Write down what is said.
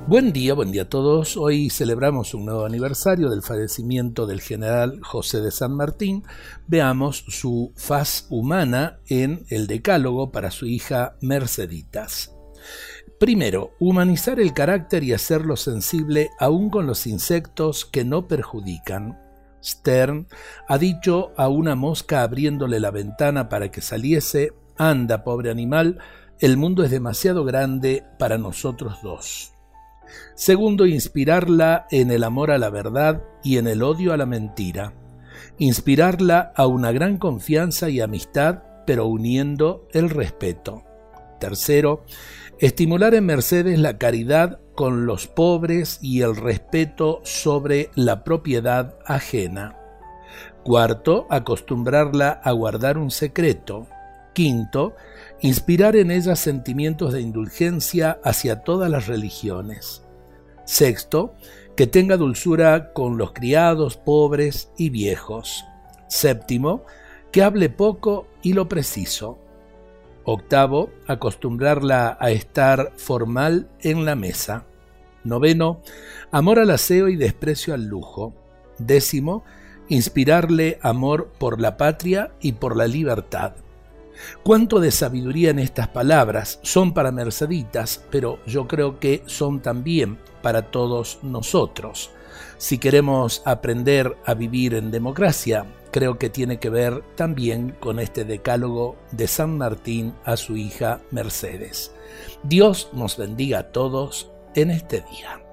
Buen día a todos. Hoy celebramos un nuevo aniversario del fallecimiento del general José de San Martín. Veamos su faz humana en el Decálogo para su hija Merceditas. Primero, humanizar el carácter y hacerlo sensible aún con los insectos que no perjudican. Stern ha dicho a una mosca abriéndole la ventana para que saliese: «Anda, pobre animal, el mundo es demasiado grande para nosotros dos». Segundo, inspirarla en el amor a la verdad y en el odio a la mentira. Inspirarla a una gran confianza y amistad, pero uniendo el respeto. Tercero, estimular en Mercedes la caridad con los pobres y el respeto sobre la propiedad ajena. Cuarto, acostumbrarla a guardar un secreto. Quinto, inspirar en ella sentimientos de indulgencia hacia todas las religiones. Sexto, que tenga dulzura con los criados, pobres y viejos. Séptimo, que hable poco y lo preciso. Octavo, acostumbrarla a estar formal en la mesa. Noveno, amor al aseo y desprecio al lujo. Décimo, inspirarle amor por la patria y por la libertad. Cuánto de sabiduría en estas palabras. Son para Merceditas, pero yo creo que son también para todos nosotros. Si queremos aprender a vivir en democracia, creo que tiene que ver también con este decálogo de San Martín a su hija Mercedes. Dios nos bendiga a todos en este día.